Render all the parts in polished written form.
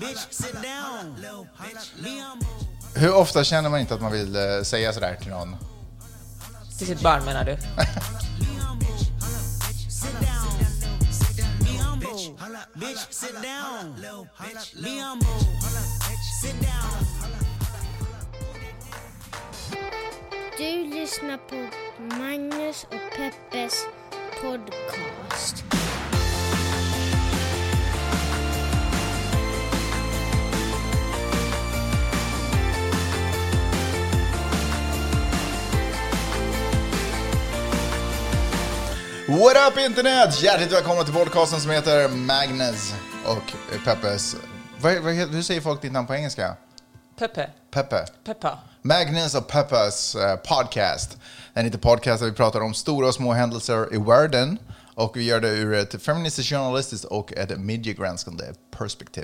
Hur ofta känner man inte att man vill säga sådär till någon? Till sitt barn menar du? Du lyssnar på Magnus och Peppes podcast. What up internet? Hjärtligt välkomna till podcasten som heter Magnus och Peppes. Hur säger folk ditt namn på engelska? Peppe. Peppa. Magnus och Peppes podcast. Den heter podcast där vi pratar om stora och små händelser i världen. Och vi gör det ur ett feministiskt, journalistiskt och ett mediegranskande perspektiv.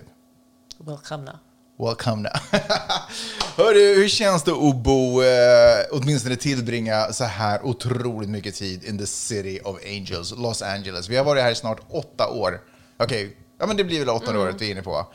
Welcome. Hörru, hur känns det att bo, åtminstone tillbringa så här otroligt mycket tid in the city of angels, Los Angeles? Vi har varit här i snart 8 år. Okej, ja men det blir väl 8 året vi är inne på.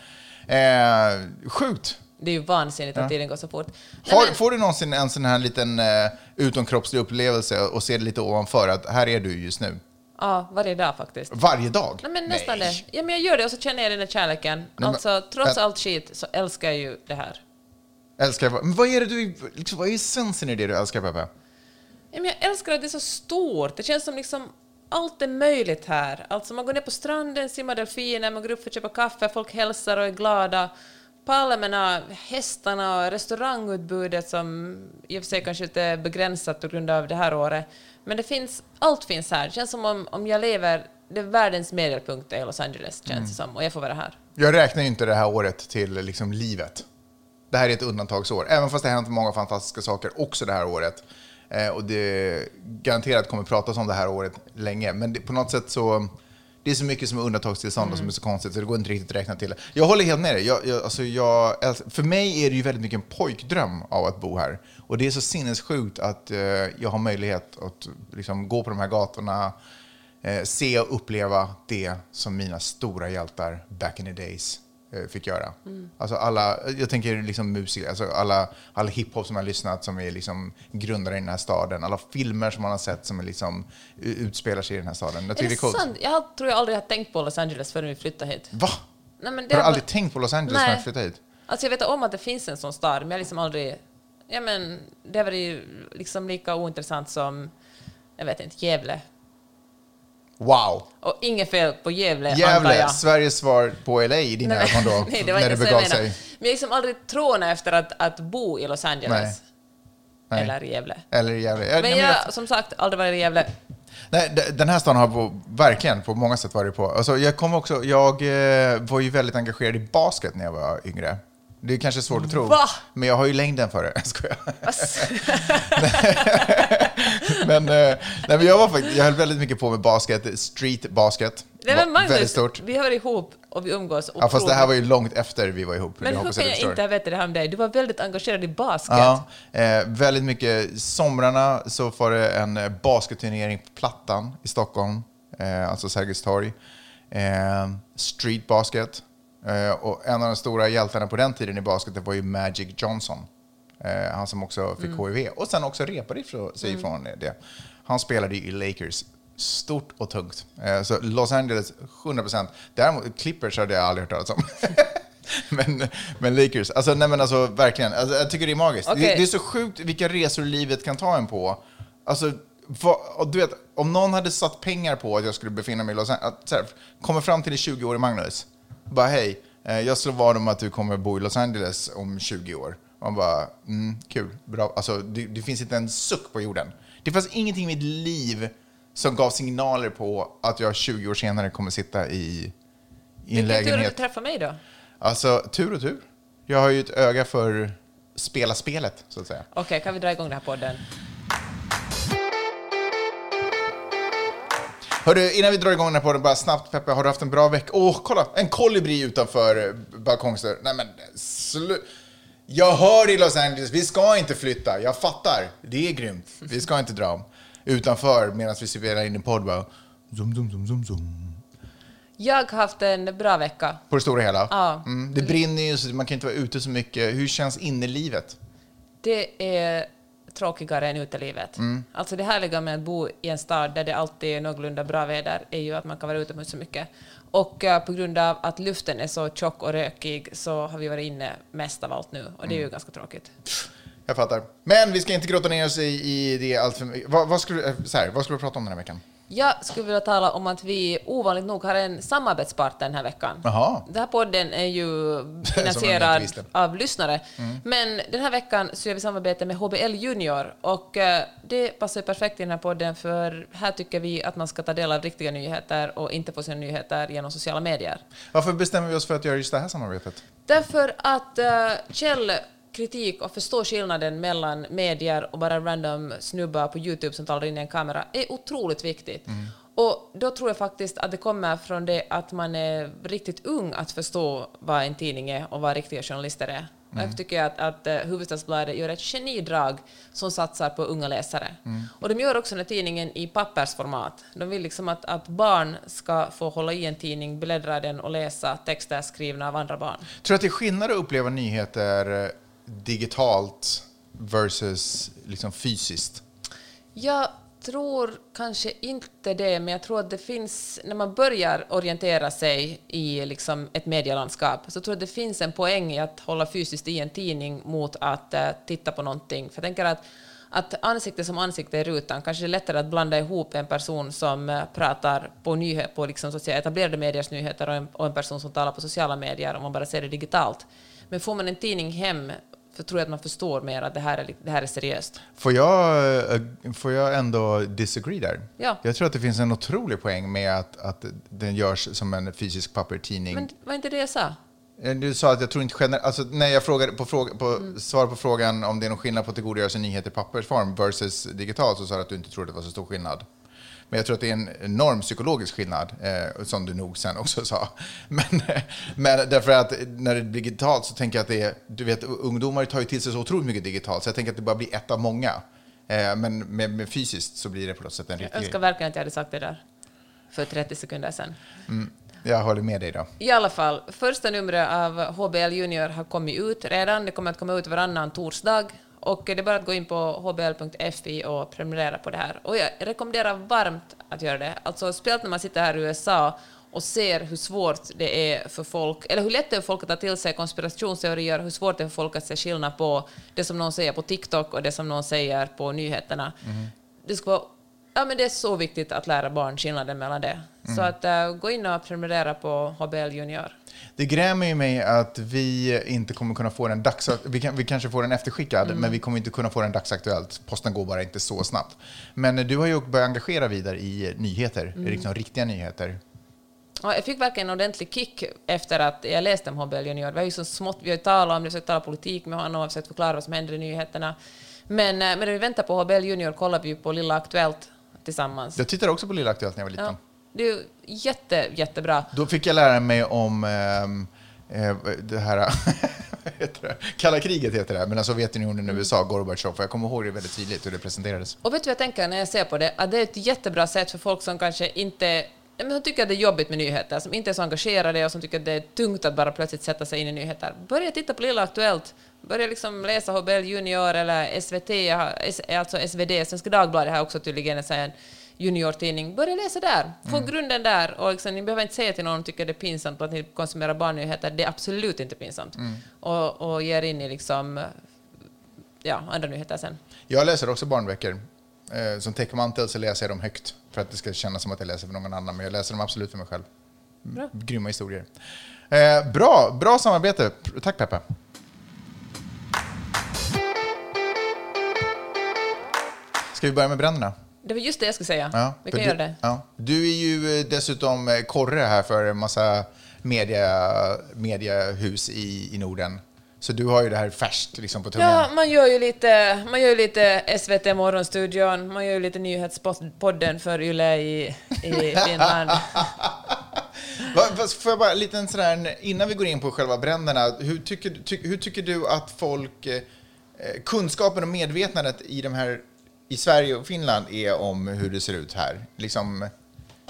Sjukt. Det är ju vansinnigt att tiden går så fort. Får du någonsin en sån här liten utomkroppslig upplevelse och ser det lite ovanför att här är du just nu? Ja, varje dag faktiskt. Varje dag? Nej, men nästan det. Ja, men jag gör det och så känner jag den där kärleken. Alltså, trots allt skit så älskar jag ju det här. Men vad är det du, liksom, vad är essensen i det du älskar, Peppe? Ja, men jag älskar att det är så stort. Det känns som liksom allt är möjligt här. Alltså man går ner på stranden, simmar delfiner, man går upp för att köpa kaffe, folk hälsar och är glada. Palmerna, hästarna och restaurangutbudet som i och för sig kanske inte är begränsat på grund av det här året. Men allt finns här. Det känns som om jag lever, det är världens medelpunkt i Los Angeles känns det som. Och jag får vara här. Jag räknar ju inte det här året till liksom livet. Det här är ett undantagsår. Även fast det har hänt många fantastiska saker också det här året. Och det garanterat kommer pratas om det här året länge. Men på något sätt så... Det är så mycket som är undantagstillstånd och som är så konstigt så det går inte riktigt att räkna till det. Jag håller helt med dig. För mig är det ju väldigt mycket en pojkdröm av att bo här. Och det är så sinnessjukt att jag har möjlighet att liksom gå på de här gatorna, se och uppleva det som mina stora hjältar back in the days fick göra. Alltså jag tänker liksom musiker, alltså alla hiphop som jag har lyssnat som är liksom grundare i den här staden, alla filmer som man har sett som är liksom utspelar sig i den här staden. Jag tycker det är coolt. Sant? Jag tror jag aldrig har tänkt på Los Angeles förrän vi flyttade hit. Va? Nej, men har du aldrig tänkt på Los Angeles när jag flyttade hit? Alltså jag vet om att det finns en sån stad, men jag liksom aldrig... Ja, men det var ju liksom lika ointressant som, jag vet inte, Gävle. Wow. Och inget fel på Gävle, Sveriges svar på LA i dina ögon då. Nej, det var när det begav sig. Men jag liksom aldrig tråna efter att bo i Los Angeles. Nej. Eller i Gävle. Men jag som sagt aldrig varit i Gävle. Nej, den här stan har verkligen på många sätt varit på. Alltså, jag var ju väldigt engagerad i basket när jag var yngre. Det är kanske svårt att tro. Va? Men jag har ju längden för det. Jag skojar. men jag höll väldigt mycket på med basket, street basket. Magnus, väldigt stort. Vi hör ihop och vi umgås. Ja, fast det här var ju långt efter vi var ihop. Men hur kan jag inte veta det här om dig? Du var väldigt engagerad i basket. Ja, väldigt mycket. Somrarna så var det en basketturnering på Plattan i Stockholm. Alltså Sergels torg. Street basket. Och en av de stora hjältarna på den tiden i basket var ju Magic Johnson. Han som också fick HIV. Och sen också repade sig ifrån det. Han spelade i Lakers. Stort och tungt. Så Los Angeles 100%. Däremot Clippers hade jag aldrig hört talas om. men Lakers. Alltså, nej, men alltså verkligen. Alltså, jag tycker det är magiskt. Okay. Det är så sjukt vilka resor livet kan ta en på. Alltså... du vet, om någon hade satt pengar på att jag skulle befinna mig i Los Angeles, kommer fram till 20 år i Magnus, bara hej, jag slår vad om att du kommer bo i Los Angeles om 20 år. Man bara, kul, bra. Alltså, det finns inte en suck på jorden. Det fanns ingenting i mitt liv som gav signaler på att jag 20 år senare kommer sitta i en lägenhet. Vilken tur att du träffar mig då? Alltså, tur och tur. Jag har ju ett öga för spela spelet, så att säga. Okej, kan vi dra igång den här podden? Hörru, innan vi drar igång den här podden, bara snabbt, Peppe, har du haft en bra vecka? Kolla, en kolibri utanför balkongsdörren. Nej men, jag hör i Los Angeles, vi ska inte flytta, jag fattar. Det är grymt, vi ska inte dra utanför medan vi spelar in en podd. Bara, zoom, zoom, zoom, zoom, zoom. Jag har haft en bra vecka. På det stora hela? Ja. Det brinner ju, så man kan inte vara ute så mycket. Hur känns innelivet? Det är tråkigare än utelivet. Alltså det härliga med att bo i en stad där det alltid är någorlunda bra väder är ju att man kan vara utomhus så mycket. Och på grund av att luften är så tjock och rökig så har vi varit inne mest av allt nu. Och det är ju ganska tråkigt. Jag fattar. Men vi ska inte grotta ner oss i det allt för mycket. Vad skulle vi prata om den här veckan? Jag skulle vilja tala om att vi ovanligt nog har en samarbetspartner den här veckan. Jaha. Den här podden är ju finansierad av lyssnare. Men den här veckan så gör vi samarbete med HBL Junior. Och det passar perfekt i den här podden, för här tycker vi att man ska ta del av riktiga nyheter och inte få sina nyheter genom sociala medier. Varför bestämmer vi oss för att göra just det här samarbetet? Därför att kritik och förstå skillnaden mellan medier och bara random snubbar på YouTube som talar in i en kamera är otroligt viktigt. Och då tror jag faktiskt att det kommer från det att man är riktigt ung att förstå vad en tidning är och vad riktiga journalister är. Och jag tycker att Hufvudstadsbladet gör ett genidrag som satsar på unga läsare. Och de gör också den här tidningen i pappersformat. De vill liksom att barn ska få hålla i en tidning, bläddra den och läsa texter skrivna av andra barn. Tror du att det är skillnad att uppleva nyheter digitalt versus liksom fysiskt? Jag tror kanske inte det, men jag tror att det finns, när man börjar orientera sig i liksom ett medielandskap, så tror jag att det finns en poäng i att hålla fysiskt i en tidning mot att titta på någonting. För jag tänker att ansikte som ansikte i rutan kanske är lättare att blanda ihop en person som pratar på liksom, så att säga, etablerade mediers nyheter och en person som talar på sociala medier om man bara ser det digitalt. Men får man en tidning hem, så tror jag att man förstår mer att det här är seriöst. Får jag ändå disagree där? Ja. Jag tror att det finns en otrolig poäng med att den görs som en fysisk pappertidning. Men var inte det jag sa? Du sa att jag tror inte generellt, alltså när jag frågade svar på frågan om det är någon skillnad på att tillgodogöra sig nyheter i pappersform versus digitalt, så sa du att du inte trodde det var så stor skillnad. Men jag tror att det är en enorm psykologisk skillnad, som du nog sen också sa. Men därför att när det blir digitalt så tänker jag att det är, du vet, ungdomar tar ju till sig så otroligt mycket digitalt, så jag tänker att det bara blir ett av många. Men med fysiskt så blir det på något sätt en riktig... Jag önskar verkligen att jag hade sagt det där för 30 sekunder sedan. Jag håller med dig då. I alla fall, första numret av HBL Junior har kommit ut redan. Det kommer att komma ut varannan torsdag. Och det är bara att gå in på hbl.fi och prenumerera på det här. Och jag rekommenderar varmt att göra det. Alltså speciellt när man sitter här i USA och ser hur svårt det är för folk, eller hur lätt det är för folk att ta till sig konspirationsteorier, hur svårt det är för folk att se skillnad på det som någon säger på TikTok och det som någon säger på nyheterna. Det ska vara, men det är så viktigt att lära barn skillnaden mellan det. Så att gå in och prenumerera på HBL Junior. Det grämer ju mig att vi inte kommer kunna få den vi kanske får den efterskickad, men vi kommer inte kunna få den dagsaktuellt. Posten går bara inte så snabbt. Men du har ju börjat engagera vidare i nyheter, liksom riktiga nyheter. Ja, jag fick verkligen en ordentlig kick efter att jag läste om HBL Junior. Vi har ju så smått, vi har ju talat om det, försökt tala politik med honom och försökt förklara vad som händer i nyheterna. Men när vi väntar på HBL Junior kollar vi ju på Lilla Aktuellt tillsammans. Jag tittade också på Lilla Aktuellt när jag var liten. Ja, det är ju jättebra. Då fick jag lära mig om det här kalla kriget heter det, mellan Sovjetunionen och USA, Gorbachev. Jag kommer ihåg det väldigt tydligt hur det presenterades. Och vet du vad jag tänker när jag ser på det? Att det är ett jättebra sätt för folk som kanske inte... Men som tycker att det är jobbigt med nyheter, som inte är så engagerade och som tycker att det är tungt att bara plötsligt sätta sig in i nyheter. Börja titta på Lilla Aktuellt. Börja liksom läsa HBL Junior eller SVT, alltså SvD, Svenska Dagbladet har också tydligen en juniortidning. Börja läsa där. Få grunden där. Och liksom, ni behöver inte säga till någon som tycker det är pinsamt att ni konsumerar barnnyheter. Det är absolut inte pinsamt. Och ger in i liksom, andra nyheter sen. Jag läser också barnböcker. Som täckmantel så läser jag dem högt för att det ska kännas som att jag läser för någon annan. Men jag läser dem absolut för mig själv. Bra. Grymma historier. Bra samarbete. Tack Peppa. Ska vi börja med bränderna? Det var just det jag skulle säga. Ja, vi kan göra det. Ja. Du är ju dessutom korre här för en massa mediehus i Norden. Så du har ju det här färskt liksom på tungan. Ja, man gör ju lite SVT Morgonstudion, man gör ju lite nyhetspodden för Yle i Finland. Får jag bara lite sådär, innan vi går in på själva bränderna, hur tycker du att folk, kunskapen och medvetandet i de här i Sverige och Finland är om hur det ser ut här? Liksom,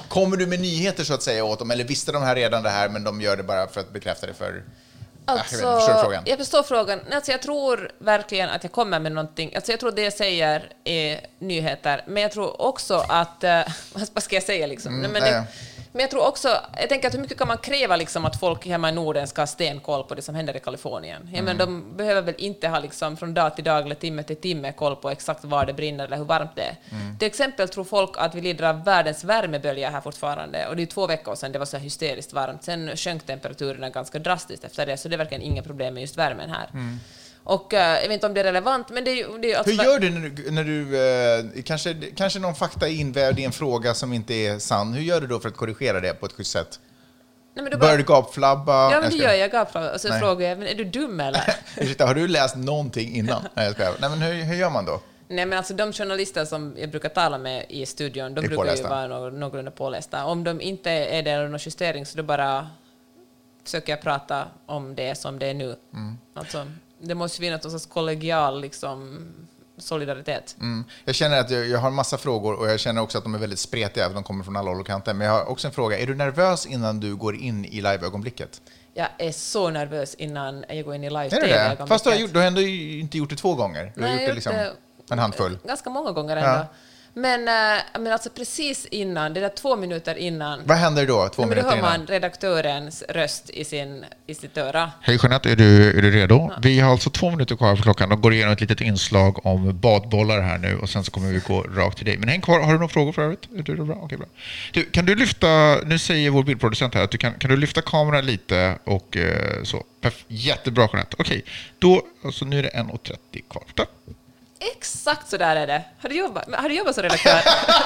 Kommer du med nyheter så att säga åt dem? Eller visste de här redan det här, men de gör det bara för att bekräfta det för... Jag förstår frågan. Alltså, jag tror verkligen att jag kommer med någonting. Alltså, jag tror det jag säger är nyheter. Men jag tror också att... vad ska jag säga liksom? Men jag tror också... Jag tänker att hur mycket kan man kräva liksom, att folk hemma i Norden ska ha stenkoll på det som händer i Kalifornien? Men de behöver väl inte ha liksom, från dag till dag eller timme till timme koll på exakt var det brinner eller hur varmt det är. Till exempel tror folk att vi lider av världens värmebölja här fortfarande. Och det är 2 veckor sedan det var så hysteriskt varmt. Sen sjönk temperaturerna ganska drastiskt efter det. Så det är verkligen inga problem med just värmen här. Och jag vet inte om det är relevant, men det är alltså... Hur gör du när du kanske någon fakta är invävd i en fråga som inte är sann? Hur gör du då för att korrigera det på ett schysst sätt? Börjar du gapflabba? Ja, men det gör jag, gapflabba. Och så frågar jag, men är du dum eller? Ursäkta, har du läst någonting innan? Nej, men hur gör man då? Nej, men alltså de journalister som jag brukar tala med i studion, de brukar ju vara någorlunda pålästa. Om de inte är det eller någon justering så då bara försöker jag prata om det som det är nu. Alltså... Det måste finnas någon sorts kollegial liksom, solidaritet. Jag känner att jag har en massa frågor och jag känner också att de är väldigt spretiga även om de kommer från alla håll och kanter. Men jag har också en fråga. Är du nervös innan du går in i live-ögonblicket? Jag är så nervös innan jag går in i live-tv-ögonblicket. Fast du har ändå inte gjort det 2 gånger. Du har gjort det liksom en handfull. Ganska många gånger ändå. Ja. Men alltså precis innan, det där 2 minuter innan... Vad händer då 2 minuter innan? Då hör man redaktörens röst i sitt öra. Hej Jeanette, är du redo? Ja. Vi har alltså 2 minuter kvar på klockan och går igenom ett litet inslag om badbollar här nu och sen så kommer vi gå rakt till dig. Men häng kvar, har du några frågor för övrigt? Är du bra? Okej, bra. Du, kan du lyfta, nu säger vår bildproducent här att du kan du lyfta kameran lite och så. Jättebra Jeanette. Okej, då, alltså nu är det 1:30 kvar. Tack. Exakt så där är det. Har du jobbat som redaktör?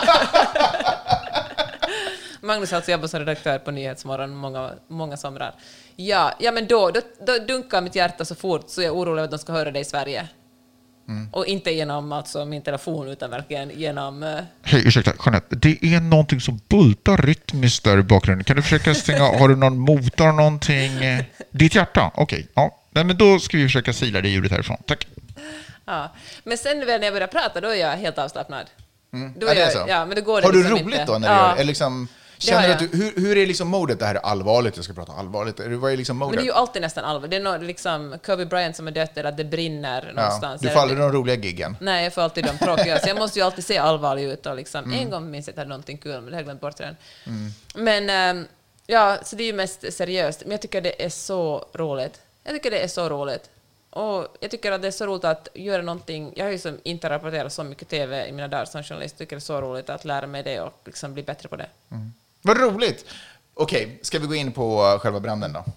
Magnus har alltså jobbat som redaktör på Nyhetsmorgon många somrar. Ja, men då dunkar mitt hjärta så fort så jag är orolig att de ska höra det i Sverige. Och inte genom alltså min telefon utan verkligen genom... Hej, ursäkta, Jeanette. Det är någonting som bultar rytmiskt där i bakgrunden. Kan du försöka stänga, har du någon motor någonting? Ditt hjärta? Okej, ja. Nej, men då ska vi försöka sila det ljudet härifrån. Tack. Ja, men sen när jag börjar prata då är jag helt avslappnad. Då är det så? Ja, men då går det har liksom du roligt inte. Då när du gör det? Liksom, känner du att hur är liksom modet? Det här är allvarligt, jag ska prata allvarligt. Vad är liksom modet? Men det är ju alltid nästan allvarligt. Det är liksom Kobe Bryant som är dött eller att det brinner någonstans. Du får aldrig de roliga giggen? Nej, jag får alltid de tråkiga. Så jag måste ju alltid se allvarlig ut. Och liksom, en gång minns jag att jag hade någonting kul, men det har jag glömt bort redan. Men ja, så det är ju mest seriöst. Men jag tycker det är så roligt. Och jag tycker att det är så roligt att göra någonting. Jag har ju som inte rapporterat så mycket TV i mina dagar som journalist. Jag tycker det är så roligt att lära mig det och liksom bli bättre på det. Vad roligt! Okej, ska vi gå in på själva branden då?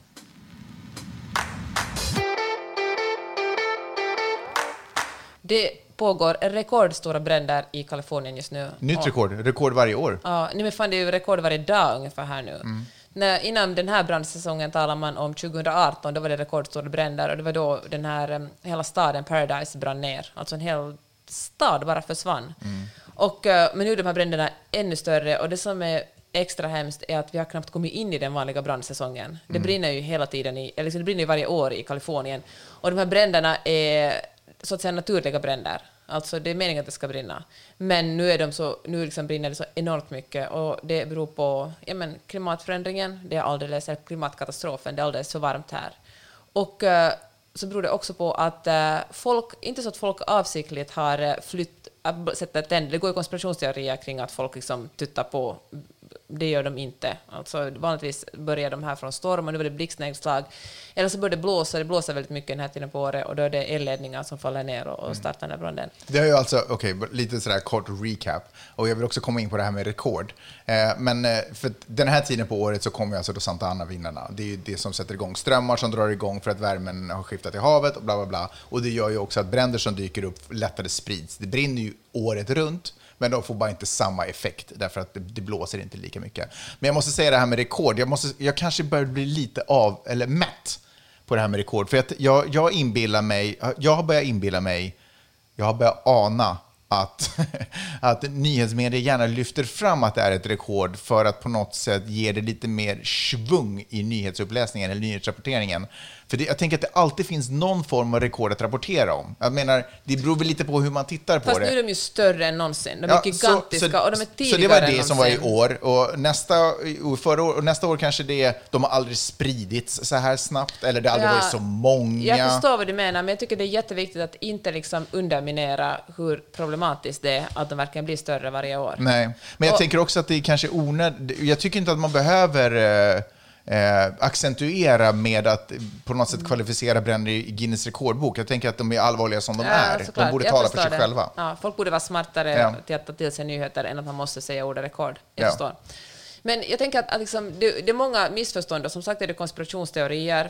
Det pågår rekordstora bränder i Kalifornien just nu. Nytt rekord varje år. Ja, men fan, det är ju rekord varje dag ungefär här nu. Innan den här brandsäsongen talar man om 2018, då var det rekordstora bränder och det var då den här hela staden Paradise brann ner. Alltså en hel stad bara försvann. Men nu är de här bränderna ännu större och det som är extra hemskt är att vi har knappt kommit in i den vanliga brandsäsongen. Det brinner ju hela tiden, det brinner ju varje år i Kalifornien. Och de här bränderna är så att säga naturliga bränder. Alltså det är meningen att det ska brinna. Men nu liksom brinner det så enormt mycket och det beror på klimatförändringen, det är alldeles klimatkatastrofen, det är alldeles så varmt här. Och så beror det också på att inte så att folk avsiktligt har sätta tänder. Det går ju konspirationsteorier kring att folk liksom tuttar på. Det gör de inte. Alltså, vanligtvis börjar de här från storm och nu var det blixtnedslag. Eller så börjar det blåser väldigt mycket den här tiden på året och då är det elledningar som faller ner och startar den här branden. Det är ju alltså, lite sådär kort recap. Och jag vill också komma in på det här med rekord. Men för den här tiden på året så kommer alltså då Santa Ana-vindarna. Det är ju det som sätter igång strömmar som drar igång för att värmen har skiftat i havet och bla bla bla. Och det gör ju också att bränder som dyker upp lättare sprids. Det brinner ju året runt. Men de får bara inte samma effekt därför att det blåser inte lika mycket. Men jag måste säga det här med rekord. Jag kanske börjar bli lite mätt på det här med rekord. För att jag har börjat ana att nyhetsmedier gärna lyfter fram att det är ett rekord för att på något sätt ge det lite mer svung i nyhetsuppläsningen eller nyhetsrapporteringen. För jag tänker att det alltid finns någon form av rekord att rapportera om. Jag menar, det beror väl lite på hur man tittar på Fast det. Nu är de ju större än någonsin. De är gigantiska och de är tidigare. Så det var det som var i år. Och nästa år kanske de har aldrig spridits så här snabbt. Eller det har aldrig varit så många. Jag förstår vad du menar, men jag tycker det är jätteviktigt att inte liksom underminera hur problematiskt det är att de verkligen blir större varje år. Nej, men jag tänker också att det är kanske onödigt. Jag tycker inte att man behöver accentuera med att på något sätt kvalificera bränder i Guinness rekordbok. Jag tänker att de är allvarliga som de är. Såklart. De borde tala för sig själva. Ja, folk borde vara smartare till att ta till sig nyheter än att man måste säga ordet rekord. Jag förstår. Men jag tänker att liksom, det är många missförstånd. Som sagt är det konspirationsteorier.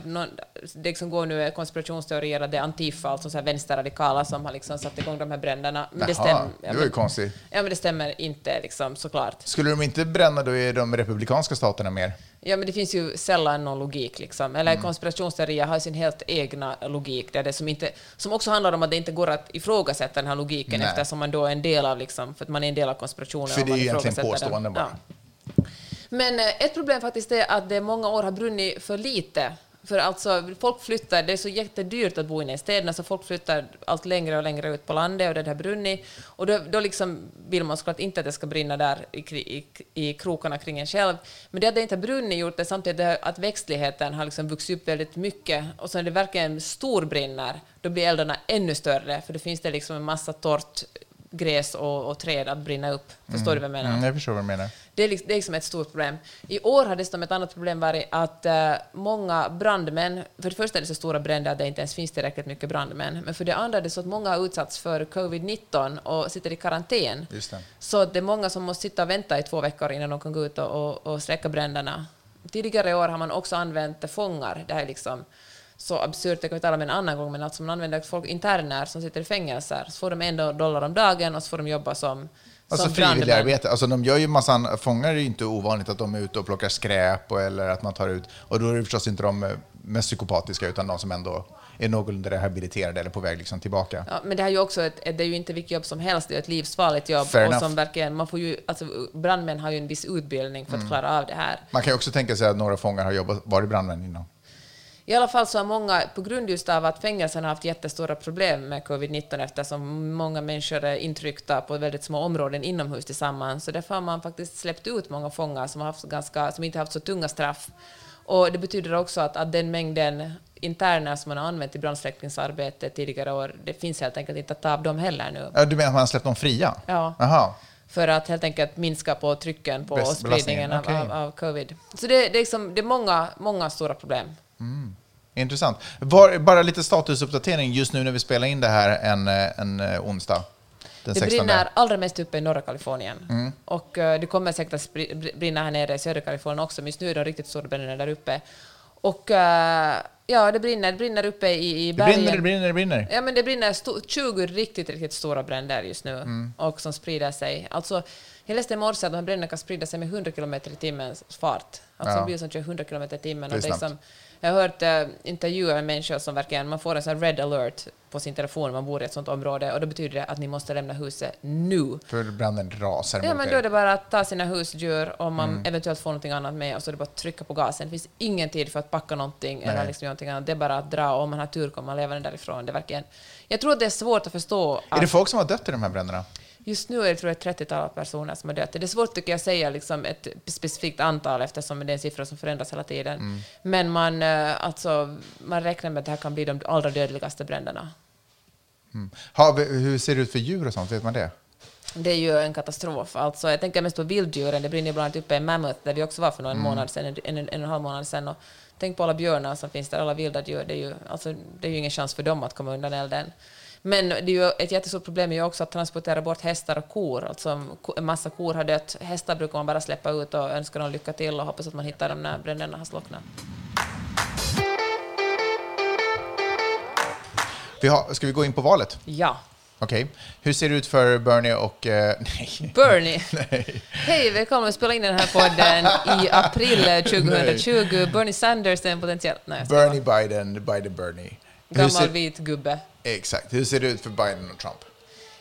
Det liksom går nu konspirationsteorier att det är Antifa, alltså så här vänsterradikala som har liksom satt igång de här bränderna. Men det stämmer. Det var ju konstigt. Ja, men det stämmer inte liksom, såklart. Skulle de inte bränna då i de republikanska staterna mer? Ja, men det finns ju sällan någon logik. Liksom. Eller konspirationsteorier har sin helt egna logik. Där det som också handlar om att det inte går att ifrågasätta den här logiken eftersom man då är en del av, liksom, för att man är en del av konspirationen. För det är ju egentligen påstående bara. Ja. Men ett problem faktiskt är att det många år har brunnit för lite. För alltså, folk flyttar, det är så jättedyrt att bo inne i städerna, så folk flyttar allt längre och längre ut på landet och det har brunnit. Och då liksom vill man såklart inte att det ska brinna där i krokarna kring en själv. Men det att det inte har brunnit gjort det samtidigt att växtligheten har liksom vuxit upp väldigt mycket. Och så när det verkligen storbrinner, då blir eldarna ännu större. För det finns det liksom en massa torrt gräs och träd att brinna upp. Förstår du vad jag menar? Jag förstår vad du menar. Det är liksom ett stort problem. I år har dessutom ett annat problem varit att många brandmän, för det första är det så stora bränder att det inte ens finns tillräckligt mycket brandmän, men för det andra är det så att många har utsatts för covid-19 och sitter i karantän. Just det. Så det är många som måste sitta och vänta i 2 veckor innan de kan gå ut och släcka bränderna. Tidigare år har man också använt fångar. Det här är liksom så absurt, det kan vi tala om en annan gång, men alltså man använder folk interner som sitter i fängelser, så får de $1 om dagen och så får de jobba som frivilliga arbete. Alltså de gör ju massan, fångar är ju inte ovanligt att de är ute och plockar skräp eller att man tar ut, och då är det förstås inte de mest psykopatiska utan de som ändå är någorlunda rehabiliterade eller på väg liksom tillbaka. Ja, men det här är ju också det är ju inte vilket jobb som helst, det är ett livsfarligt jobb. Fair och som verkligen, man får ju, alltså brandmän har ju en viss utbildning för att klara av det här. Man kan ju också tänka sig att några fångar har varit brandmän innan. I alla fall så har många, på grund just av att fängelserna har haft jättestora problem med covid-19 eftersom många människor är intryckta på väldigt små områden inomhus tillsammans, så därför har man faktiskt släppt ut många fångar som inte haft så tunga straff. Och det betyder också att den mängden interner som man har använt i brandsläckningsarbete tidigare år, det finns helt enkelt inte att ta av dem heller nu. Ja, du menar att man har släppt dem fria? Ja. Aha. För att helt enkelt minska på trycken på spridningen av covid. Så det är många stora problem. Mm. Intressant. Bara lite statusuppdatering just nu när vi spelar in det här en onsdag. Den 16. Det brinner allra mest uppe i norra Kalifornien. Och det kommer säkert att brinna här nere i södra Kalifornien också, men just nu är det riktigt stora bränder där uppe. Och det brinner uppe i bergen. Det brinner. Ja, men det brinner 20 riktigt stora bränder just nu och som sprider sig. Alltså, jag läste i morse att de här bränderna kan sprida sig med 100 km i timmens fart. Alltså en bil som kör 100 km i timmen. Och jag har hört intervjuer med människor som verkligen, man får en sån här red alert på sin telefon om man bor i ett sånt område, och då betyder det att ni måste lämna huset nu. För branden rasar mot er. Ja, men då är det bara att ta sina husdjur om man eventuellt får någonting annat med, och så är det bara att trycka på gasen. Det finns ingen tid för att packa någonting eller liksom någonting annat. Det är bara att dra, och om man har tur kommer man leva därifrån. Det verkligen. Jag tror att det är svårt att förstå. Är det folk som har dött i de här bränderna? Just nu är det, tror jag, 30-tal personer som har dött. Det är svårt, tycker jag, att säga liksom ett specifikt antal eftersom det är en siffra som förändras hela tiden. Men man räknar med att det här kan bli de allra dödligaste bränderna. Hur ser det ut för djur och sånt? Vet man det? Det är ju en katastrof. Alltså, jag tänker mest på vilddjuren. Det brinner ibland uppe i Mammoth, där vi också var för en och en halv månad sedan. Och tänk på alla björnar som finns där, alla vilda djur. Det är ju ingen chans för dem att komma undan elden. Men det är ju ett jättestort problem är ju också att transportera bort hästar och kor. Alltså en massa kor har dött. Hästar brukar man bara släppa ut och önska dem lycka till och hoppas att man hittar dem när bränderna har slocknat. Ska vi gå in på valet? Ja. Okej. Hur ser det ut för Bernie och... nej. Bernie? Nej. Hej, välkommen att spela in den här podden i april 2020. Bernie Sanders är en potentiell... Bernie Biden. Gammal vit gubbe. Exakt. Hur ser det ut för Biden och Trump?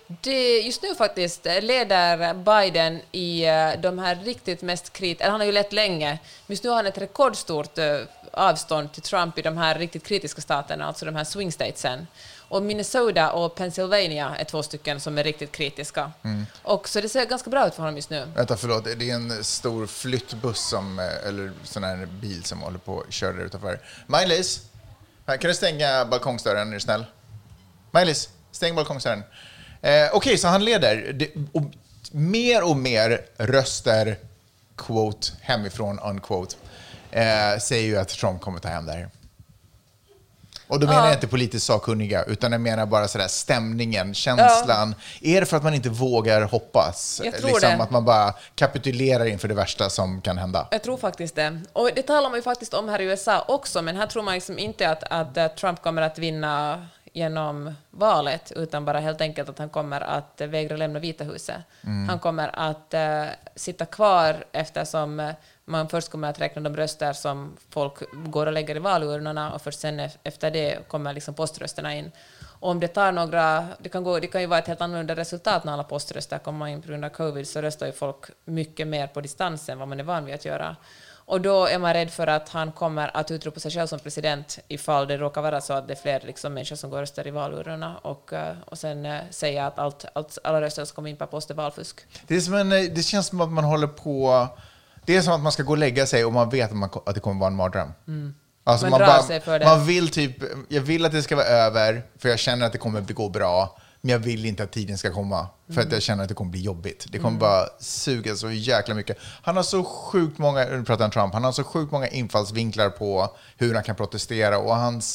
Just nu faktiskt leder Biden i de här riktigt mest kritiska, han har ju lett länge, men just nu har han ett rekordstort avstånd till Trump i de här riktigt kritiska staterna, alltså de här swing statesen. Och Minnesota och Pennsylvania är 2 stycken som är riktigt kritiska. Och så det ser ganska bra ut för honom just nu. Vänta, förlåt. Det är en stor flyttbuss eller sån här bil som håller på att köra där utanför. Maj-Lis, kan du stänga balkongsdörren, är du snäll? Maj-Lis, stäng balkongsdörren. Okej, så han leder. Mer och mer röster, quote, hemifrån, unquote, säger ju att Trump kommer ta hem det här. Och då menar jag inte politiskt sakkunniga, utan jag menar bara sådär stämningen, känslan. Är det för att man inte vågar hoppas? Jag tror liksom, det. att man bara kapitulerar inför det värsta som kan hända? Jag tror faktiskt det. Och det talar man ju faktiskt om här i USA också, men här tror man liksom inte att Trump kommer att vinna genom valet, utan bara helt enkelt att han kommer att vägra lämna Vita huset. Han kommer att sitta kvar eftersom man först kommer att räkna de röster som folk går och lägger i valurnorna, och först sen efter det kommer liksom poströsterna in. Och om det tar några, det kan ju vara ett helt annorlunda resultat när alla poströster kommer in på grund av covid, så röstar ju folk mycket mer på distans än vad man är van vid att göra. Och då är man rädd för att han kommer att utropa sig själv som president ifall det råkar vara så att det är fler liksom människor som går och röstar i valurnorna, och sen säga att alla röster som kommer in per post är valfusk. Det känns som att man håller på... Det är som att man ska gå och lägga sig och man vet att det kommer vara en mardröm. Alltså Man drar sig för det. Man vill typ... Jag vill att det ska vara över, för jag känner att det kommer gå bra. Men jag vill inte att tiden ska komma, för att jag känner att det kommer bli jobbigt. Det kommer bara suga så jäkla mycket. Han har så sjukt många, nu pratar om Trump, han har så sjukt många infallsvinklar på hur han kan protestera. Och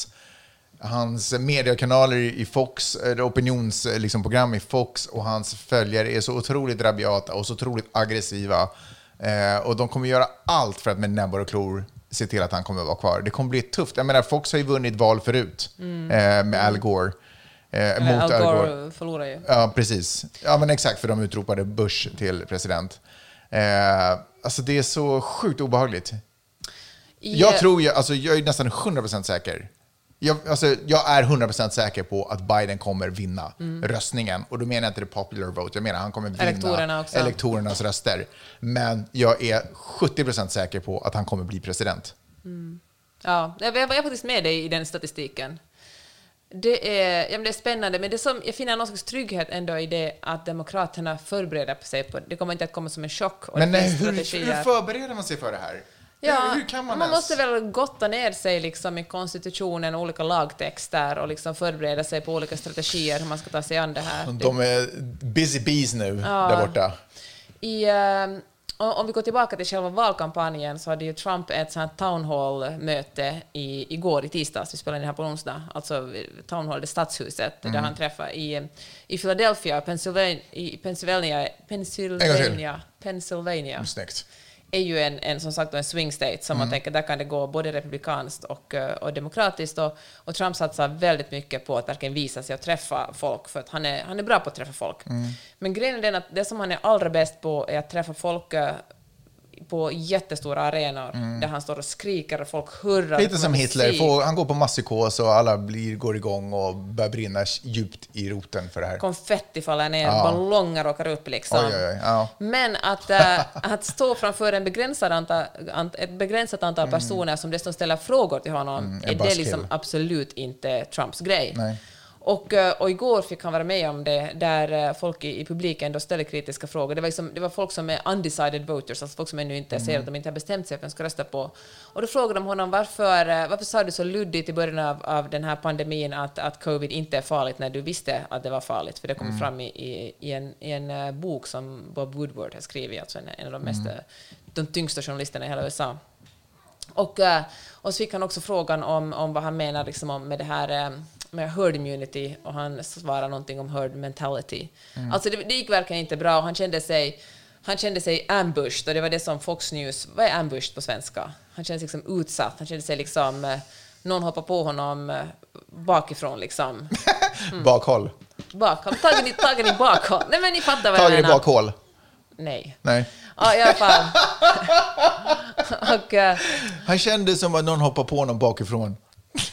hans mediekanaler i Fox, opinionsprogram i Fox, och hans följare är så otroligt rabiata och så otroligt aggressiva. Och de kommer göra allt för att med näbbar och klor se till att han kommer att vara kvar. Det kommer bli tufft. Jag menar, Fox har ju vunnit val förut med Al Gore. Al Gore förlorar ju. Ja, precis. Ja, men exakt, för de utropade Bush till president. Alltså det är så sjukt obehagligt. Jag är nästan 100% säker. Jag är 100% säker på att Biden kommer vinna röstningen. Och då menar jag inte det popular vote. Jag menar han kommer vinna elektorernas röster. Men jag är 70% säker på att han kommer bli president. Ja, jag är faktiskt med dig i den statistiken. Det är spännande, men det som jag finner någon slags trygghet ändå i det att demokraterna förbereder sig på det. Det kommer inte att komma som en chock. Och men hur förbereder man sig för det här? Ja, hur kan man måste väl gotta ner sig liksom i konstitutionen och olika lagtexter och liksom förbereda sig på olika strategier hur man ska ta sig an det här. De är busy bees nu där borta. Om vi går tillbaka till själva valkampanjen, så hade ju Trump ett sånt här town hall-möte igår i tisdags, vi spelade in här på onsdag, alltså town hall, det stadshuset, där han träffade i Philadelphia, Pennsylvania. Snyggt. Är ju en som sagt en swing state som man tänker, där kan det gå både republikanskt och demokratiskt, och Trump satsar väldigt mycket på att verkligen visa sig och träffa folk, för att han är bra på att träffa folk. Men grejen är den att det som han är allra bäst på är att träffa folk på jättestora arenor där han står och skriker och folk hurrar. Lite som Hitler, han går på masspsykos och alla går igång och börjar brinna djupt i roten för det här. Konfetti faller ner, ballonger åker upp liksom. Oj. Men att stå framför ett begränsat antal personer som dessutom ställer frågor till honom, är det liksom absolut inte Trumps grej. Nej. Och igår fick han vara med om det, där folk i publiken då ställer kritiska frågor. Det var folk som är undecided voters, alltså folk som ännu inte ser att de inte har bestämt sig för att de ska rösta på. Och då frågade de honom, varför sa du så luddigt i början av den här pandemin att covid inte är farligt när du visste att det var farligt? För det kom fram i en bok som Bob Woodward har skrivit, alltså en av de tyngsta journalisterna i hela USA. Och så fick han också frågan om vad han menar liksom med det här med herd immunity, och han svarade någonting om herd mentality. Alltså det gick verkligen inte bra, och han kände sig ambushed, och det var det som Fox News, vad är ambushed på svenska? Han kände sig liksom utsatt, han kände sig liksom någon hoppar på honom bakifrån liksom. Bakhåll. Tagen i bakhåll. Nej, men ni fattar vad jag menar. Tagen i bakhåll. Nej. Ja, i alla fall. Och han kände som att någon hoppar på honom bakifrån.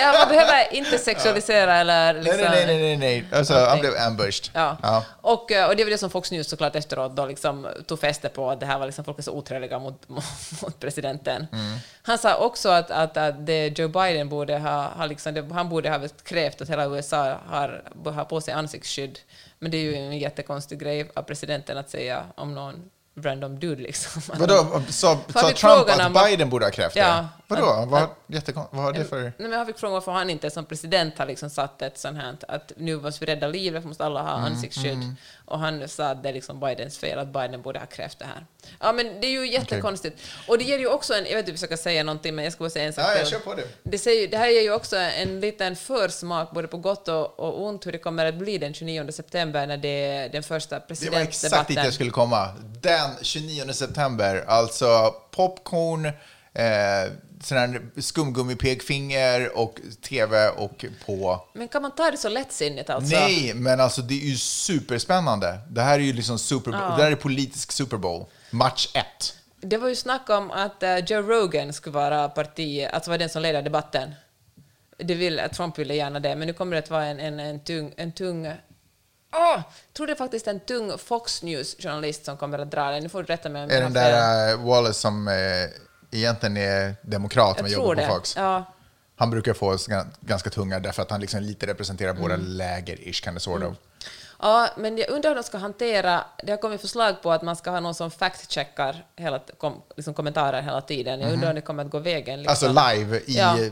Ja, man behöver inte sexualisera eller liksom... Nej. Alltså, han blev ambushed. Ja. Och det var det som Fox News såklart efteråt då liksom tog fäste på, att det här var liksom, folk är så otrevliga mot presidenten. Han sa också att det Joe Biden borde ha liksom, han borde ha krävt att hela USA har på sig ansiktsskydd. Men det är ju en jättekonstig grej av presidenten att säga om någon random dude liksom. Vadå? Sa Trump att Biden borde ha krävt det? Ja. Vadå? Vad var det för... Nej, men jag fick frågan varför han inte som president har liksom satt ett sånt här att nu måste vi rädda livet, måste alla ha ansiktsskydd. Och han sa att det är liksom Bidens fel, att Biden borde ha krävt det här. Ja, men det är ju jättekonstigt. Och det ger ju också jag vet inte, vi ska säga någonting, men jag ska bara säga en sak. Ja, jag kör på det. Det här ger ju också en liten försmak, både på gott och ont, hur det kommer att bli den 29 september när det är den första presidentdebatten. Det var exakt dit jag skulle komma. Den 29 september, alltså popcorn, sån här skumgummi-pekfinger och tv och på... Men kan man ta det så lättsinnigt alltså? Nej, men alltså det är ju superspännande. Det här är ju liksom Super Bowl. Det här är politisk Super Bowl. Match 1. Det var ju snack om att Joe Rogan skulle vara alltså var den som leder debatten. Trump ville gärna det, men nu kommer det att vara en tung tror det är faktiskt en tung Fox News-journalist som kommer att dra den. Nu får du rätta mig om jag har fel. Är den där Wallace som egentligen är demokrat men jobbar på Fox? Ja. Han brukar få ganska tunga därför att han liksom lite representerar båda läger-ish, kind of sort of. Ja, men jag undrar hur de ska hantera... Det har kommit förslag på att man ska ha någon som fact-checkar liksom kommentarer hela tiden. Jag undrar om det kommer att gå vägen. Liksom. Alltså live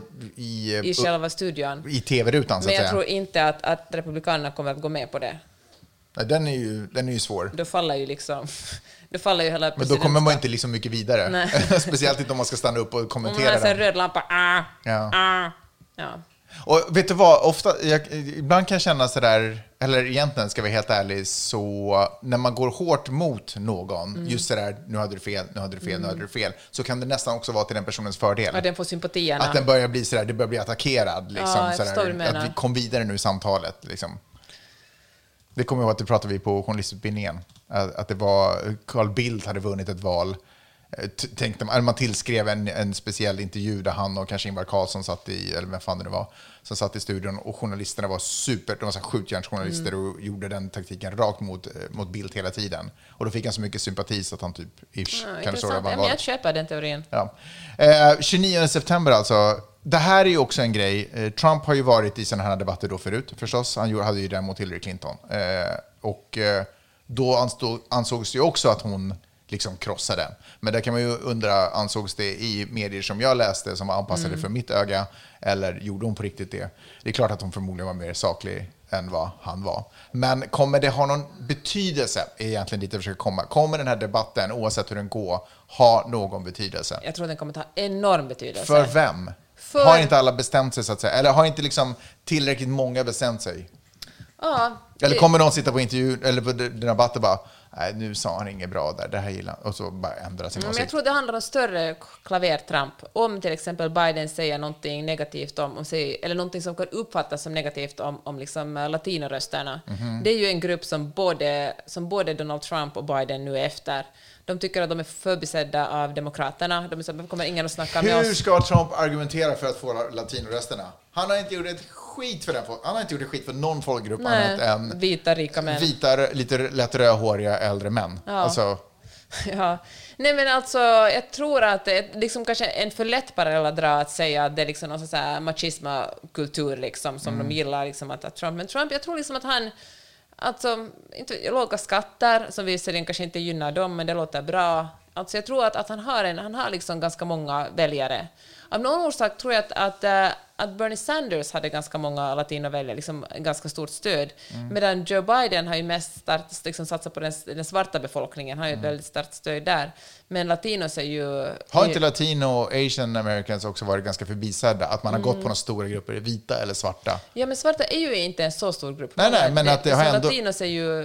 i själva studion. I tv-rutan, så att säga. Men jag säga. tror inte att republikanerna kommer att gå med på det. Nej, den är ju svår. Då faller ju liksom... Då faller ju hela men då kommer man inte liksom mycket vidare. Speciellt inte om man ska stanna upp och kommentera den. Om man har en röd lampa. Ja. Och vet du vad, ibland kan jag känna sådär, eller egentligen ska vi helt ärlig, så när man går hårt mot någon, just sådär, nu hade du fel, så kan det nästan också vara till den personens fördel. Ja, den får sympatierna. Att den börjar bli sådär, det börjar bli attackerad, liksom, sådär, att vi kom vidare nu i samtalet, liksom. Det kommer jag ihåg att det pratade vi på journalistutbildningen, att det var, Carl Bildt hade vunnit ett val. Tänkte man tillskrev en speciell intervju där han och kanske Ingvar Carlsson satt i, eller vem fan det var, som satt i studion, och journalisterna var de var så skjutjärnsjournalister och gjorde den taktiken rakt mot Bildt hela tiden. Och då fick han så mycket sympati så att han typ jag köper den teorin. Ja. 29 september alltså. Det här är ju också en grej. Trump har ju varit i sådana här debatter då förut, förstås. Han hade ju den mot Hillary Clinton. Och då ansågs det ju också att hon liksom krossade. Men där kan man ju undra, ansågs det i medier som jag läste som var anpassade för mitt öga, eller gjorde hon på riktigt det? Det är klart att hon förmodligen var mer saklig än vad han var. Men kommer det ha någon betydelse, är egentligen dit jag försöker komma. Kommer den här debatten, oavsett hur den går, ha någon betydelse? Jag tror den kommer att ha enorm betydelse. För vem? Har inte alla bestämt sig, så att säga? Eller har inte liksom tillräckligt många bestämt sig? Ja. Eller kommer någon sitta på intervju eller på den debatt och bara, nej, nu sa han inget bra där, det här gillar han, och så bara ändra sin åsikt. Jag tror det handlar om större klavertramp. Om till exempel Biden säger någonting negativt eller någonting som kan uppfattas som negativt om liksom latinorösterna. Det är ju en grupp som både Donald Trump och Biden nu är efter. De tycker att de är förbisedda av demokraterna. De är så, kommer ingen att snacka med oss. Hur ska Trump argumentera för att få latinorösterna? Han har inte gjort ett skit för den. Han har inte gjort ett skit för någon folkgrupp annat än vita, rika män. Vita, lite lätt rödhåriga äldre män. Ja. Alltså. Ja. Nej, men alltså, jag tror att det är liksom kanske en för lätt parallell att dra att säga att det är liksom någon sån här machisma-kultur liksom, som de gillar liksom, att Trump. Men Trump, jag tror liksom att han... Alltså, inte låga skatter som visserligen kanske inte gynnar dem, men det låter bra. Alltså, jag tror att han har liksom ganska många väljare. Av någon orsak tror jag att Bernie Sanders hade ganska många latinoväljare, liksom ganska stort stöd. Medan Joe Biden har ju mest liksom satsat på den svarta befolkningen, har ju ett väldigt starkt stöd där. Men latinos är ju... Har inte latino och asian americans också varit ganska förbisedda? Att man har gått på några stora grupper, vita eller svarta? Ja, men svarta är ju inte en så stor grupp. Nej, men att det har ändå... Latinos är ju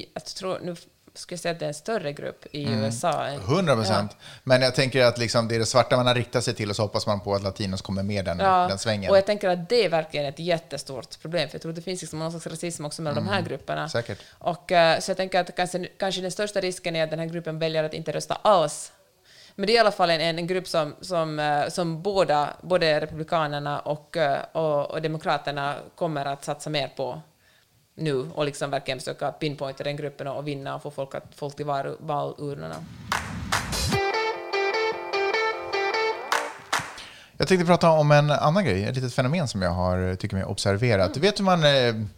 nu ska jag säga att det är en större grupp i USA. 100%. Ja. Men jag tänker att liksom det är det svarta man har riktat sig till, och så hoppas man på att latinos kommer med den svängen. Och jag tänker att det är verkligen ett jättestort problem. För jag tror att det finns liksom någon slags rasism också mellan de här grupperna. Säkert. Och så jag tänker att kanske den största risken är att den här gruppen väljer att inte rösta alls. Men det är i alla fall en grupp som både republikanerna och demokraterna kommer att satsa mer på nu och liksom verkligen försöka pinpointa den gruppen och vinna och få folk till valurnorna. Jag tänkte prata om en annan grej, ett litet fenomen som jag tycker mig observerat. Du vet hur man...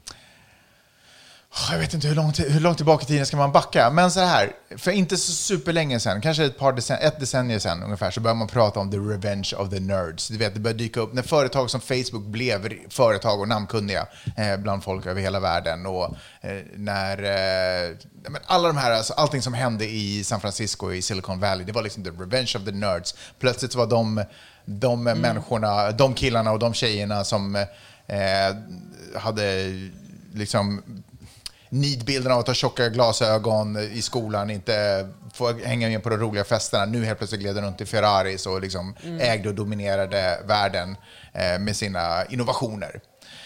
jag vet inte hur långt tillbaka i tiden ska man backa. Men så här, för inte så superlänge sedan, kanske ett decennium sedan ungefär, så började man prata om the revenge of the nerds. Du vet, det började dyka upp när företag som Facebook blev företag och namnkunniga bland folk över hela världen. Och när alla de här, alltså, allting som hände i San Francisco, i Silicon Valley, det var liksom the revenge of the nerds. Plötsligt var de människorna, de killarna och de tjejerna som hade liksom nidbilden av att ha tjocka glasögon i skolan, inte få hänga med på de roliga festerna. Nu helt plötsligt gled runt i Ferraris och liksom ägde och dominerade världen med sina innovationer.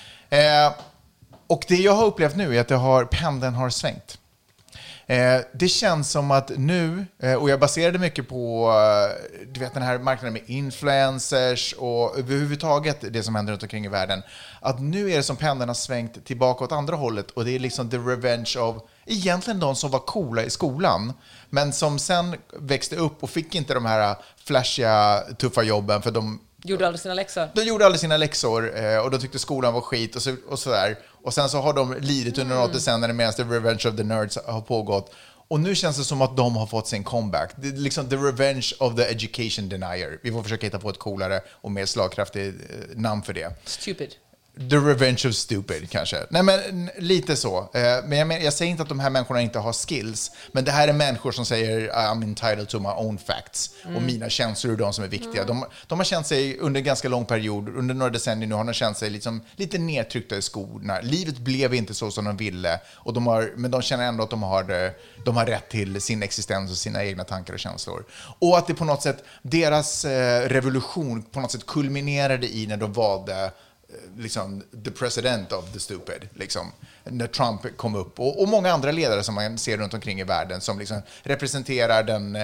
Och det jag har upplevt nu är att pendeln har svängt. Det känns som att nu, och jag baserade mycket på du vet, den här marknaden med influencers och överhuvudtaget det som händer runt omkring i världen, att nu är det som pendeln har svängt tillbaka åt andra hållet, och det är liksom the revenge of egentligen de som var coola i skolan men som sen växte upp och fick inte de här flashiga, tuffa jobben för de gjorde aldrig sina läxor. De gjorde aldrig sina läxor och de tyckte skolan var skit och sådär. Och sen så har de lidit under något decennier medan the revenge of the nerds har pågått. Och nu känns det som att de har fått sin comeback. Det är liksom the revenge of the education denier. Vi får försöka hitta på ett coolare och mer slagkraftigt namn för det. Stupid. The revenge of stupid, kanske. Nej, men lite så. Men jag säger inte att de här människorna inte har skills. Men det här är människor som säger I'm entitled to my own facts. Och mina känslor är de som är viktiga. De har känt sig under en ganska lång period, under några decennier nu, har de känt sig liksom lite nedtryckta i skorna. Livet blev inte så som de ville. Men de känner ändå att de har rätt till sin existens och sina egna tankar och känslor. Och att det på något sätt, deras revolution på något sätt kulminerade i när de valde liksom the president of the stupid, liksom, när Trump kom upp och många andra ledare som man ser runt omkring i världen som liksom representerar den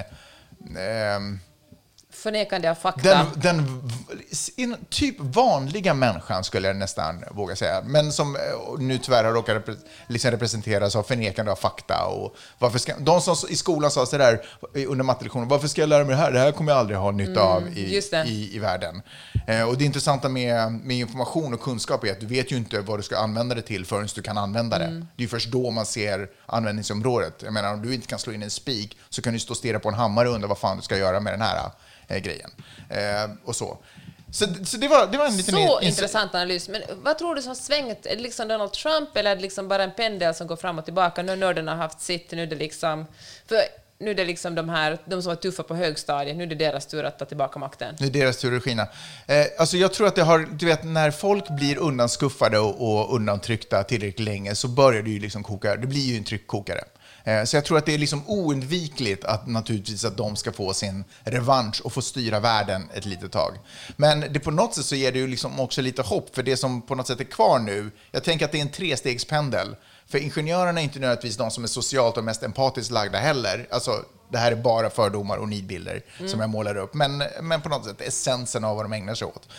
förnekande av fakta. Den typ vanliga människan skulle jag nästan våga säga, men som nu tyvärr har råkat liksom representeras av förnekande av fakta. Och de som i skolan sa så där under mattelektionen, varför ska jag lära mig det här? Det här kommer jag aldrig ha nytta av i världen. Och det intressanta med information och kunskap är att du vet ju inte vad du ska använda det till förrän du kan använda det. Det är ju först då man ser användningsområdet. Jag menar, om du inte kan slå in en spik så kan du stå och stirra på en hammare och undra vad fan du ska göra med den här grejen. Och så. Så det var en liten... Så intressant analys. Men vad tror du som har svängt? Är det liksom Donald Trump eller är det liksom bara en pendel som går fram och tillbaka? Nu har nördarna haft sitt, nu är det liksom... Nu är det liksom de som var tuffa på högstadiet, nu är det deras tur att ta tillbaka makten. Nu är deras tur att skina. Alltså jag tror att det har, du vet, när folk blir undanskuffade och undantryckta tillräckligt länge så börjar det ju liksom koka, det blir ju en tryckkokare. Så jag tror att det är liksom oundvikligt att naturligtvis att de ska få sin revansch och få styra världen ett litet tag. Men det på något sätt så ger det ju liksom också lite hopp för det som på något sätt är kvar nu. Jag tänker att det är en trestegspendel. För ingenjörerna är inte nödvändigtvis de som är socialt och mest empatiskt lagda heller. Alltså, det här är bara fördomar och nidbilder som jag målar upp. Men på något sätt essensen av vad de ägnar sig åt.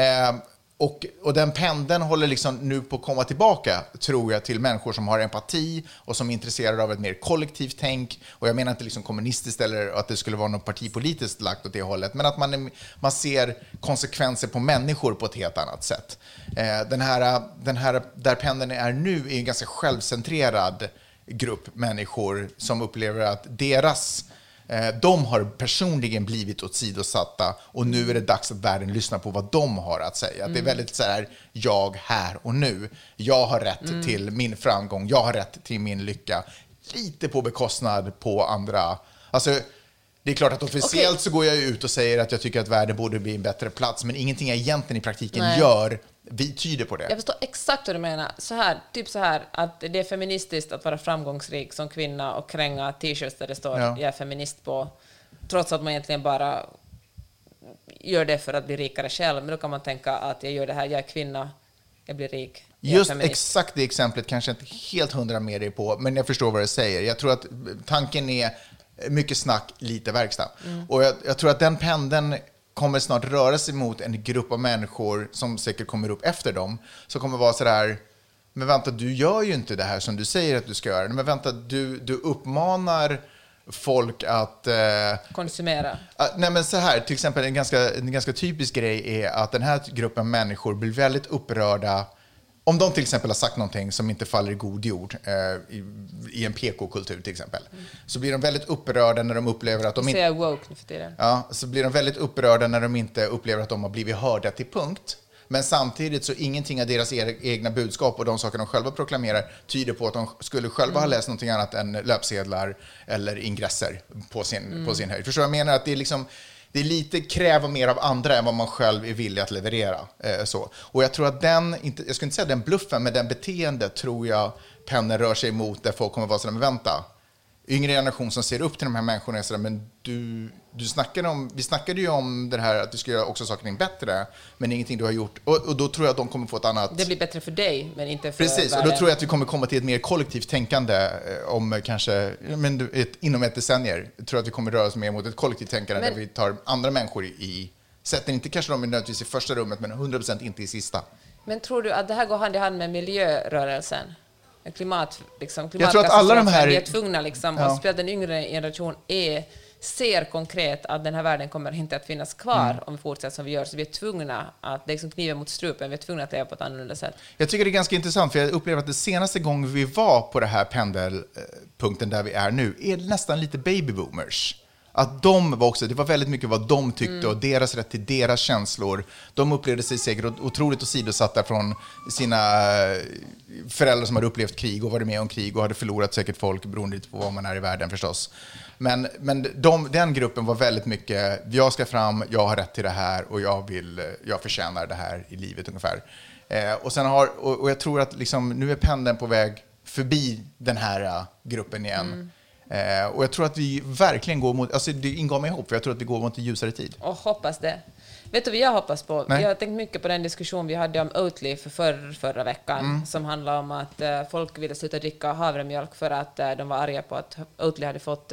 Och den pendeln håller liksom nu på att komma tillbaka, tror jag, till människor som har empati och som är intresserade av ett mer kollektivt tänk. Och jag menar inte liksom kommunistiskt eller att det skulle vara något partipolitiskt lagt åt det hållet, men att man ser konsekvenser på människor på ett helt annat sätt. Den här där pendeln är nu är en ganska självcentrerad grupp människor som upplever att de har personligen blivit åsidosatta och nu är det dags att världen lyssnar på vad de har att säga. Det är väldigt så här, jag här och nu. Jag har rätt till min framgång. Jag har rätt till min lycka. Lite på bekostnad på andra. Alltså, det är klart att officiellt så går jag ut och säger att jag tycker att världen borde bli en bättre plats, men ingenting jag egentligen i praktiken gör. Vi tyder på det. Jag förstår exakt vad du menar. Typ så här att det är feministiskt att vara framgångsrik som kvinna och kränga t-shirts där det står jag är feminist på, trots att man egentligen bara gör det för att bli rikare själv. Men då kan man tänka att jag gör det här, jag är kvinna, jag blir rik. Just exakt det exemplet kanske inte helt 100 med dig på, men jag förstår vad du säger. Jag tror att tanken är Mycket snack, lite verkstad. Och jag tror att den pendeln kommer snart röra sig mot en grupp av människor som säkert kommer upp efter dem, som kommer vara sådär, men vänta, du gör ju inte det här som du säger att du ska göra. Men vänta, du uppmanar folk att... konsumera. Nej, men så här, till exempel en ganska typisk grej är att den här gruppen människor blir väldigt upprörda om de till exempel har sagt någonting som inte faller i god jord i en PK-kultur till exempel. Så blir de väldigt upprörda när de upplever att de inte... Säger woke nu för tiden. Ja, så blir de väldigt upprörda när de inte upplever att de har blivit hörda till punkt. Men samtidigt så ingenting av deras egna budskap och de saker de själva proklamerar tyder på att de skulle själva ha läst någonting annat än löpsedlar eller ingresser på sin höjd. Förstår jag menar? Att det är liksom... Det är lite kräva mer av andra än vad man själv är villig att leverera. Så. Och jag tror att jag skulle inte säga den bluffen, men den beteende tror jag pendeln rör sig emot, där folk kommer vara sådär, men vänta. Yngre generation som ser upp till de här människorna är sådär, men vi snackade ju om det här att du ska göra också saker bättre, men ingenting du har gjort. Och då tror jag att de kommer få ett annat... Det blir bättre för dig, men inte för Precis, världen. och då tror jag att vi kommer komma till ett mer kollektivt tänkande om kanske, inom ett decennier. Jag tror att vi kommer röra oss mer mot ett kollektivt tänkande där vi tar andra människor sätter inte kanske de nödvändigtvis i första rummet, men 100% inte i sista. Men tror du att det här går hand i hand med miljörörelsen? Jag tror att alla de här... Vi är tvungna och speciellt den yngre generation ser konkret att den här världen kommer inte att finnas kvar om vi fortsätter som vi gör. Så vi är tvungna att, det är som kniven mot strupen, vi är tvungna att leva på ett annorlunda sätt. Jag tycker det är ganska intressant, för jag upplever att det senaste gången vi var på det här pendelpunkten där vi är nu är nästan lite babyboomers. Att det var väldigt mycket vad de tyckte och deras rätt till deras känslor. De upplevde sig säkert otroligt åsidosatta från sina föräldrar som hade upplevt krig och varit med om krig och hade förlorat säkert folk beroende på var man är i världen förstås. Men den gruppen var väldigt mycket, jag ska fram, jag har rätt till det här och jag förtjänar det här i livet ungefär. Och jag tror att nu är pendeln på väg förbi den här gruppen igen. Och jag tror att vi verkligen går mot, alltså det ingår mig hopp, för jag tror att vi går mot en ljusare tid. Och hoppas det. Vet du vad jag hoppas på? Nej. Jag har tänkt mycket på den diskussion vi hade om Oatly förra veckan, som handlar om att folk ville sluta dricka havremjölk för att de var arga på att Oatly hade fått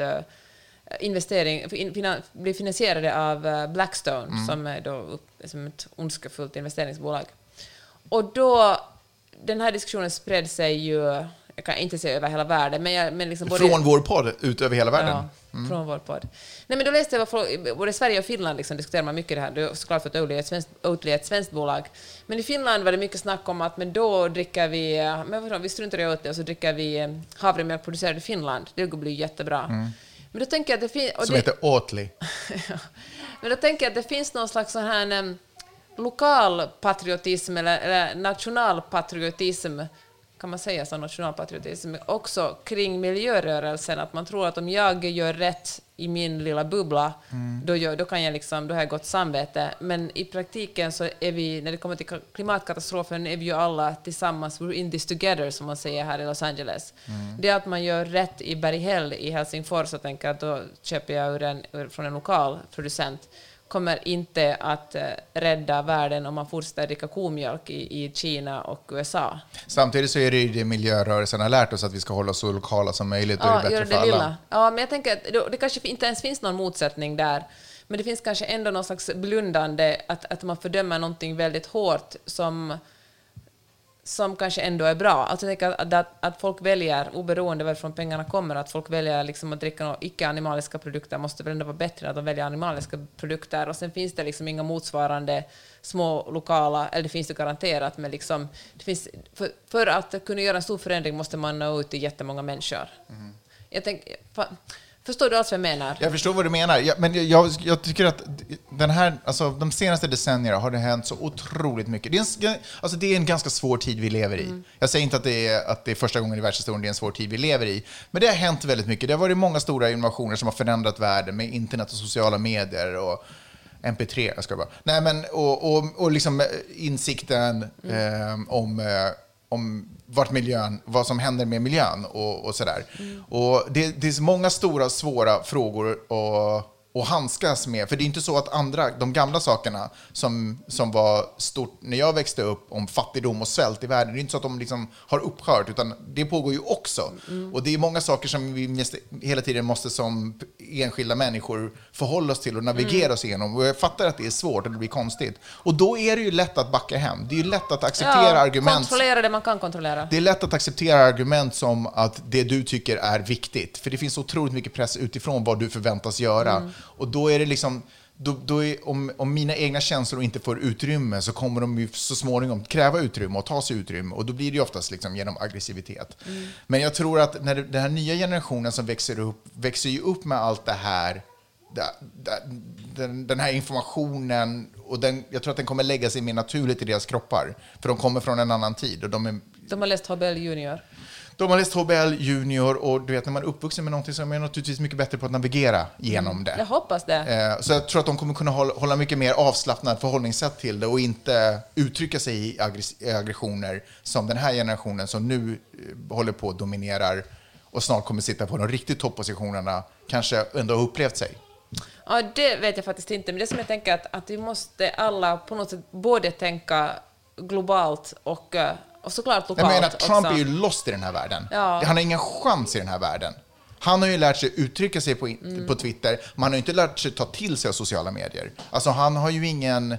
bli finansierade av Blackstone, som är då som ett ondskefullt investeringsbolag. Och då, den här diskussionen spred sig ju, jag kan inte säga över hela världen, men liksom från vår podd ut över hela världen. Ja, från vår podd. Nej, men då läste jag både Sverige och Finland diskuterar man mycket det här. Det är såklart för att Oatly är ett svenskt bolag. Men i Finland var det mycket snack om att men då dricker vi struntar i Oatly och så dricker vi havremjölk producerad i Finland. Det blir jättebra. Men då tänker jag att det finns... Som heter Oatly. Men då tänker jag att det finns någon slags sån här lokal patriotism eller nationalpatriotism, kan man säga så, nationalpatriotism också kring miljörörelsen, att man tror att om jag gör rätt i min lilla bubbla, då kan jag då har jag gott samvete, men i praktiken så är vi, när det kommer till klimatkatastrofen, är vi ju alla tillsammans, we're in this together, som man säger här i Los Angeles. Det är att man gör rätt i Berghäll i Helsingfors, och tänker att då köper jag från en lokal producent, kommer inte att rädda världen om man fortsätter dricka komjölk i Kina och USA. Samtidigt så är det ju det miljörörelsen har lärt oss, att vi ska hålla oss så lokala som möjligt, och det är bättre för alla. Ja, men jag tänker att det kanske inte ens finns någon motsättning där, men det finns kanske ändå någon slags blundande att man fördömer någonting väldigt hårt som kanske ändå är bra. Alltså jag tänker att folk väljer, oberoende varifrån pengarna kommer, att folk väljer att dricka icke-animaliska produkter måste väl ändå vara bättre än att de väljer animaliska produkter. Och sen finns det inga motsvarande små lokala, eller det finns det garanterat, men det finns, för att kunna göra en stor förändring måste man nå ut till jättemånga människor. Jag tänker... Förstår du alls vad jag menar? Jag förstår vad du menar. Men jag tycker att de senaste decennierna har det hänt så otroligt mycket. Det är en ganska svår tid vi lever i. Jag säger inte att det är första gången i världshistorien det är en svår tid vi lever i. Men det har hänt väldigt mycket. Det har varit många stora innovationer som har förändrat världen med internet och sociala medier och MP3. Och insikten om vad som händer med miljön och sådär. Och det är många stora, svåra frågor och handskas med. För det är inte så att de gamla sakerna som var stort när jag växte upp om fattigdom och svält i världen, det är inte så att de liksom har upphört, utan det pågår ju också. Och det är många saker som vi hela tiden måste som enskilda människor förhålla oss till och navigera oss igenom. Och jag fattar att det är svårt och det blir konstigt. Och då är det ju lätt att backa hem. Det är ju lätt att acceptera argument. Kontrollera det man kan kontrollera. Det är lätt att acceptera argument som att det du tycker är viktigt. För det finns otroligt mycket press utifrån vad du förväntas göra. Och då är det liksom, om mina egna känslor inte får utrymme så kommer de ju så småningom kräva utrymme och ta sig utrymme. Och då blir det ju oftast liksom genom aggressivitet. Men jag tror att när den här nya generationen som växer ju upp med allt det här, den här informationen, och jag tror att den kommer lägga sig mer naturligt i deras kroppar. För de kommer från en annan tid. Och de har läst HBL Junior. De har läst HBL Junior, och du vet, när man är uppvuxen med någonting så är man naturligtvis mycket bättre på att navigera genom det. Jag hoppas det. Så jag tror att de kommer kunna hålla mycket mer avslappnat förhållningssätt till det och inte uttrycka sig i aggressioner som den här generationen som nu håller på att dominerar och snart kommer sitta på de riktigt toppositionerna kanske ändå har upplevt sig. Ja, det vet jag faktiskt inte. Men det som jag tänker att vi måste alla på något sätt både tänka globalt och såklart lokalt. Jag menar, Trump också. är ju lost i den här världen. Ja. Han har ingen chans i den här världen. Han har ju lärt sig uttrycka sig på Twitter. Man har ju inte lärt sig ta till sig av sociala medier. Alltså han har ju ingen...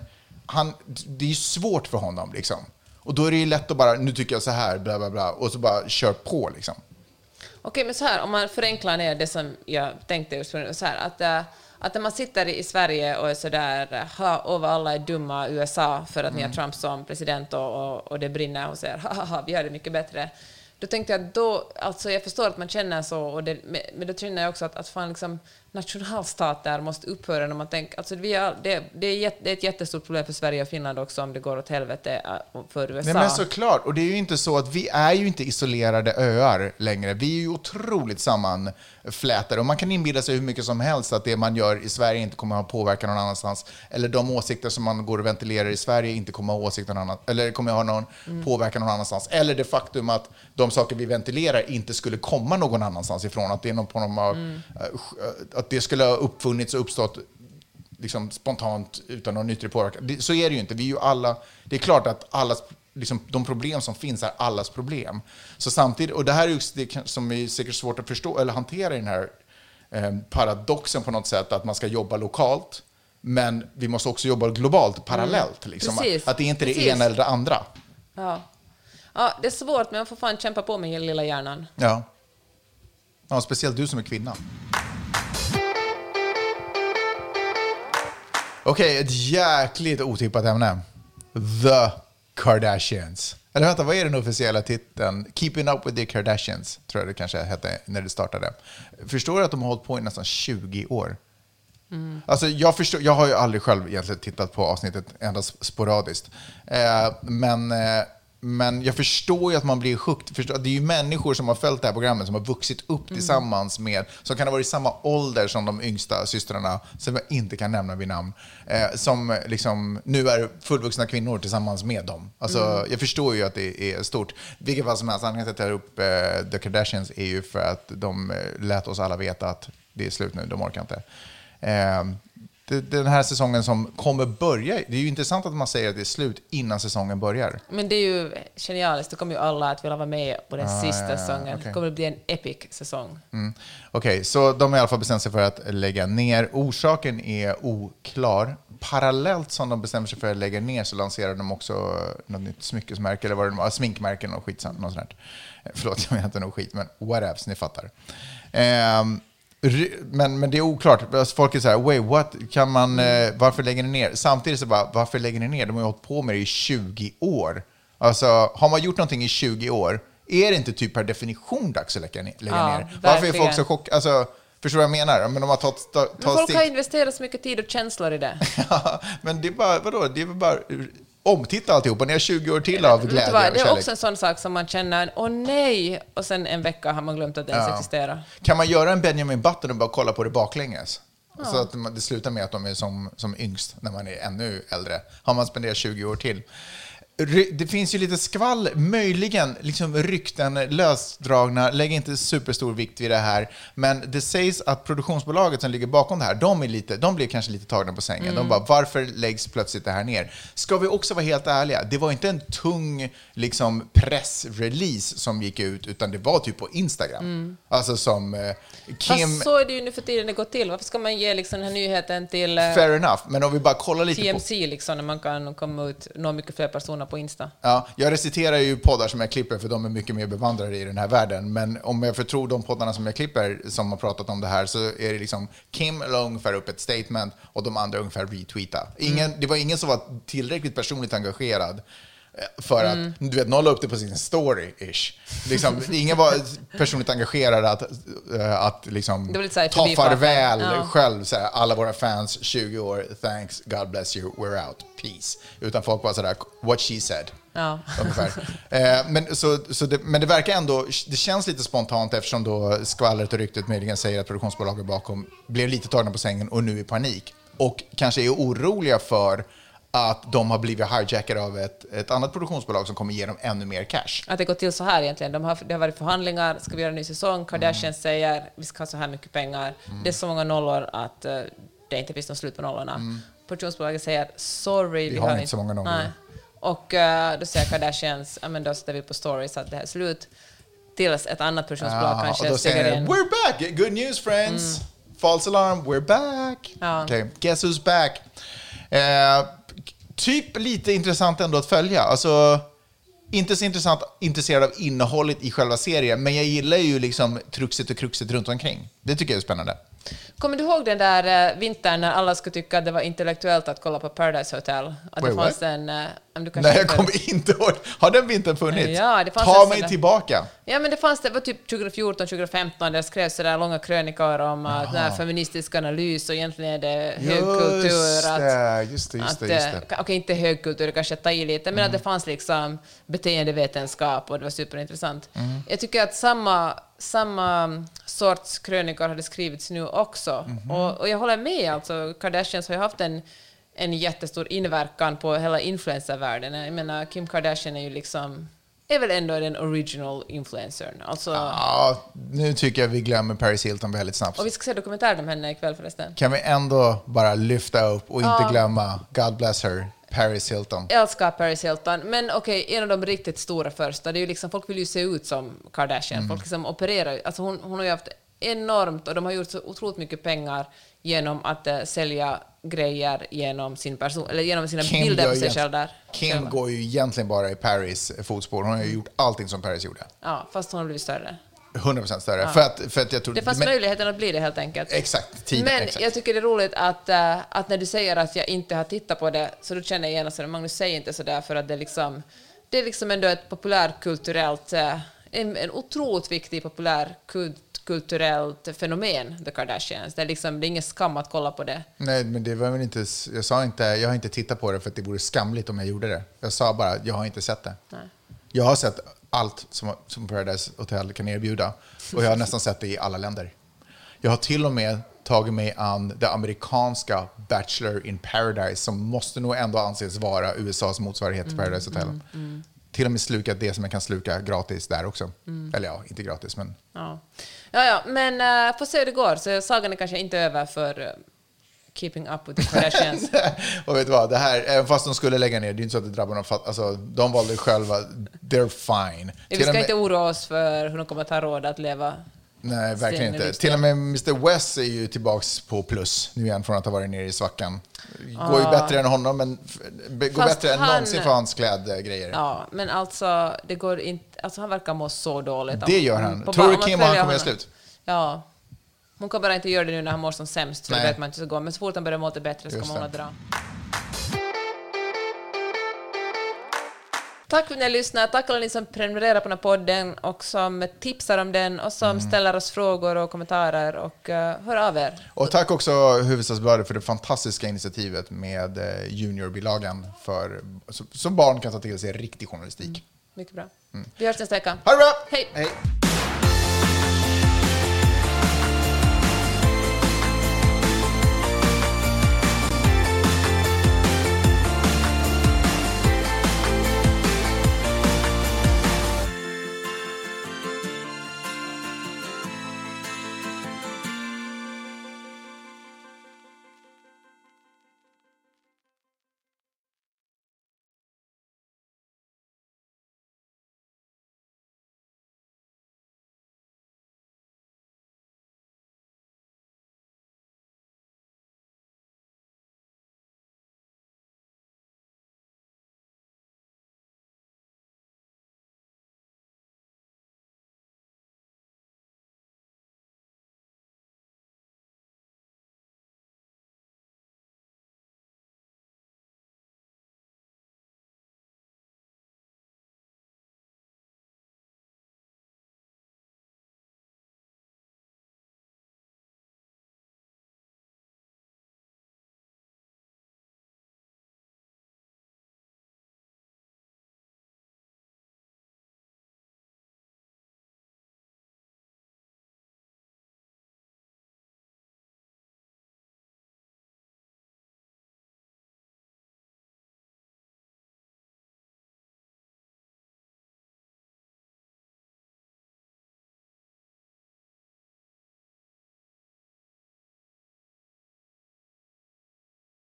det är ju svårt för honom liksom. Och då är det ju lätt att bara, nu tycker jag så här, bla bla bla. Och så bara kör på liksom. Okej, men så här, om man förenklar ner det som jag tänkte just så här, att när man sitter i Sverige och är så där, och alla är dumma USA för att ni har Trump som president och det brinner och säger, haha, vi har det mycket bättre. Då tänkte jag alltså jag förstår att man känner så, men då känner jag också att fan liksom nationalstater måste upphöra när man tänker, alltså det är ett jättestort problem för Sverige och Finland också om det går åt helvete för USA. Nej, men såklart, och det är ju inte så att vi är ju inte isolerade öar längre. Vi är ju otroligt sammanflätade och man kan inbilla sig hur mycket som helst att det man gör i Sverige inte kommer att ha påverkan någon annanstans, eller de åsikter som man går och ventilerar i Sverige inte kommer att ha åsikter någon annan, eller kommer att ha någon påverkan någon annanstans, eller det faktum att de saker vi ventilerar inte skulle komma någon annanstans ifrån, att det är någon form av att det skulle ha uppfunnits och uppstått liksom spontant utan någon yttre påverkan. Så är det ju inte. Vi är ju alla, det är klart att allas, liksom, de problem som finns är allas problem. Så samtidigt, och det här är just det som är säkert svårt att förstå eller hantera i den här paradoxen på något sätt, att man ska jobba lokalt, men vi måste också jobba globalt parallellt. Liksom. Att det är inte det ena eller det andra. Ja, det är svårt, men man får fan kämpa på med lilla hjärnan. Ja, speciellt du som är kvinna. Okej, ett jäkligt otippat ämne. The Kardashians. Eller vänta, vad är den officiella titeln? Keeping Up with the Kardashians, tror jag det kanske hette när det startade. Förstår du att de har hållit på i nästan 20 år? Alltså jag har ju aldrig själv egentligen tittat på avsnittet, endast sporadiskt. Men jag förstår ju att man blir sjukt. Det är ju människor som har följt det här programmet, som har vuxit upp tillsammans med, som kan ha varit i samma ålder som de yngsta systrarna, som jag inte kan nämna vid namn, som liksom nu är fullvuxna kvinnor tillsammans med dem. Alltså, jag förstår ju att det är stort. Vilket fall som helst, anledningen till att jag tar upp The Kardashians är ju för att de lät oss alla veta att det är slut nu, de orkar inte. Den här säsongen som kommer börja, det är ju intressant att man säger att det är slut innan säsongen börjar. Men det är ju genialiskt, då kommer ju alla att vilja vara med på den sista säsongen. Okay. Det kommer att bli en epic säsong. Okej, så de har i alla fall bestämt sig för att lägga ner. Orsaken är oklar. Parallellt som de bestämmer sig för att lägga ner så lanserar de också något nytt smyckesmärke, eller vad det var, sminkmärken och skit, något sånt där. Förlåt, jag menar inte något skit, men whatever, ni fattar. Men det är oklart. Folk är så här, wait, what? Kan man, varför lägger ni ner? Samtidigt så bara, varför lägger ni ner? De har ju hållit på med det i 20 år. Alltså, har man gjort någonting i 20 år, är det inte typ per definition dags att lägga ner? Varför är folk så chockade? Alltså, förstår du vad jag menar? Men de har folk har investerat så mycket tid och känslor i det. Ja, men det är bara, vadå? Det är bara omtitta alltihop och ni har 20 år till av glädje och kärlek. Det är också en sån sak som man känner, åh nej, och sen en vecka har man glömt att det ens existerar. Kan man göra en Benjamin Button och bara kolla på det baklänges? Så att det slutar med att de är som yngst när man är ännu äldre. Har man spenderat 20 år till. Det finns ju lite skvall, möjligen liksom rykten lösdragna, lägger inte superstor vikt vid det här, men det sägs att produktionsbolaget som ligger bakom det här, de blir kanske lite tagna på sängen. De bara, varför läggs plötsligt det här ner? Ska vi också vara helt ärliga, det var inte en tung liksom, pressrelease som gick ut, utan det var typ på Instagram. Alltså som Kim... Fast så är det ju nu för tiden det går till. Varför ska man ge liksom, den här nyheten till Fair enough, men om vi bara kollar lite TMC liksom, när man kan komma ut, nå mycket fler personer på Insta. Ja, jag reciterar ju poddar som jag klipper för de är mycket mer bevandrade i den här världen. Men om jag förtror de poddarna som jag klipper som har pratat om det här så är det liksom Kim la ungefär upp ett statement och de andra ungefär retweeta. Det var ingen som var tillräckligt personligt engagerad för att, du vet, någon la upp det på sin story-ish. Liksom, ingen var personligt engagerad att liksom, ta farväl själv, så här, alla våra fans, 20 år, thanks, God bless you, we're out, peace. Utan folk var sådär, what she said. Ja. Men det verkar ändå, det känns lite spontant eftersom då skvallret och ryktet möjligen säger att produktionsbolaget bakom blev lite tagna på sängen och nu är panik. Och kanske är oroliga för att de har blivit hijackade av ett annat produktionsbolag som kommer ge dem ännu mer cash. Att det går till så här egentligen. Det har varit förhandlingar, ska vi göra en ny säsong? Kardashian säger, vi ska ha så här mycket pengar. Det är så många nollor att det inte finns något slut på nollorna. Produktionsbolaget säger, sorry, vi har inte så många nollor. Nej. Och då säger Kardashians, men då sätter vi på stories att det här är slut. Tills ett annat produktionsbolag kanske och då säger de, we're back, good news friends. False alarm, we're back. Okay. Guess who's back? Typ lite intressant ändå att följa. Alltså, inte så intresserad av innehållet i själva serien, men jag gillar ju liksom truxet och kruxet runt omkring. Det tycker jag är spännande. Kommer du ihåg den där vintern när alla skulle tycka att det var intellektuellt att kolla på Paradise Hotel? Att det fanns en... Nej, jag kommer inte ihåg. Har den vintern funnits? Ja, det fanns Ta mig tillbaka. Ja, men det var typ 2014, 2015, där skrevs så där långa krönikor om att den här feministisk analys och egentligen är det högkultur. Just det. Okej, inte högkultur, kanske ta i lite, men att det fanns liksom beteendevetenskap och det var superintressant. Jag tycker att samma sorts krönikor hade skrivits nu också. Och jag håller med, alltså Kardashians har ju haft en jättestor inverkan på hela influencervärlden. Jag menar, Kim Kardashian är ju liksom, är väl ändå den original influencern. Alltså, ja, nu tycker jag vi glömmer Paris Hilton väldigt snabbt. Och vi ska se dokumentär om henne ikväll förresten. Kan vi ändå bara lyfta upp och inte glömma, God bless her, Paris Hilton. Jag älskar Paris Hilton, men okej, en av de riktigt stora första, det är ju liksom, folk vill ju se ut som Kardashian. Folk liksom opererar, alltså hon har ju haft enormt, och de har gjort så otroligt mycket pengar genom att sälja grejer genom sin person, eller genom sina bilder på sig själv där. Kim går ju egentligen bara i Paris fotspår. Hon har ju gjort allting som Paris gjorde. Ja, fast hon har blivit större. 100% större. Ja. För att jag tror, det fanns möjligheten att bli det helt enkelt. Exakt. Jag tycker det är roligt att när du säger att jag inte har tittat på det, så då känner jag gärna så att Magnus säger inte så där, för att det är liksom ändå ett populärkulturellt, en otroligt viktig populärkulturellt fenomen, The Kardashians. Det är ingen skam att kolla på det. Nej, men det var väl inte, jag har inte tittat på det för att det vore skamligt om jag gjorde det. Jag sa bara att jag har inte sett det. Nej. Jag har sett allt som Paradise Hotel kan erbjuda, och jag har nästan sett det i alla länder. Jag har till och med tagit mig an det amerikanska Bachelor in Paradise, som måste nog ändå anses vara USAs motsvarighet till Paradise Hotel. Till och med slukat det som jag kan sluka gratis där också. Eller ja, inte gratis, men... Ja, men får se hur det går. Så sagan är kanske inte över för Keeping Up with the Kardashians. Och vet du vad, det här, även fast de skulle lägga ner, det är inte så att det drabbar dem, alltså de valde själva, they're fine. Vi ska inte oroa oss för hur de kommer att ha råd att leva. Nej, verkligen inte. Till och med Mr. West är ju tillbaks på plus nu igen, från att ha varit nere i svackan. Går ju bättre än honom, men går bättre än någonsin för hans klädgrejer. Ja, men alltså det går inte, alltså han verkar må så dåligt. Det gör han. Tror du Kim och han kommer göra slut? Ja. Hon kan bara inte göra det nu när han mår som sämst, för det vet man inte så går. Men så fort han börjar må lite bättre så kommer hon att dra. Tack för att ni lyssnar. Tack alla ni som prenumererar på den här podden och som tipsar om den och som ställer oss frågor och kommentarer och hör av er. Och tack också Hufvudstadsbladet för det fantastiska initiativet med juniorbilagan som barn kan ta till sig riktig journalistik. Mycket bra. Vi hörs nästa vecka. Ha det bra! Hej!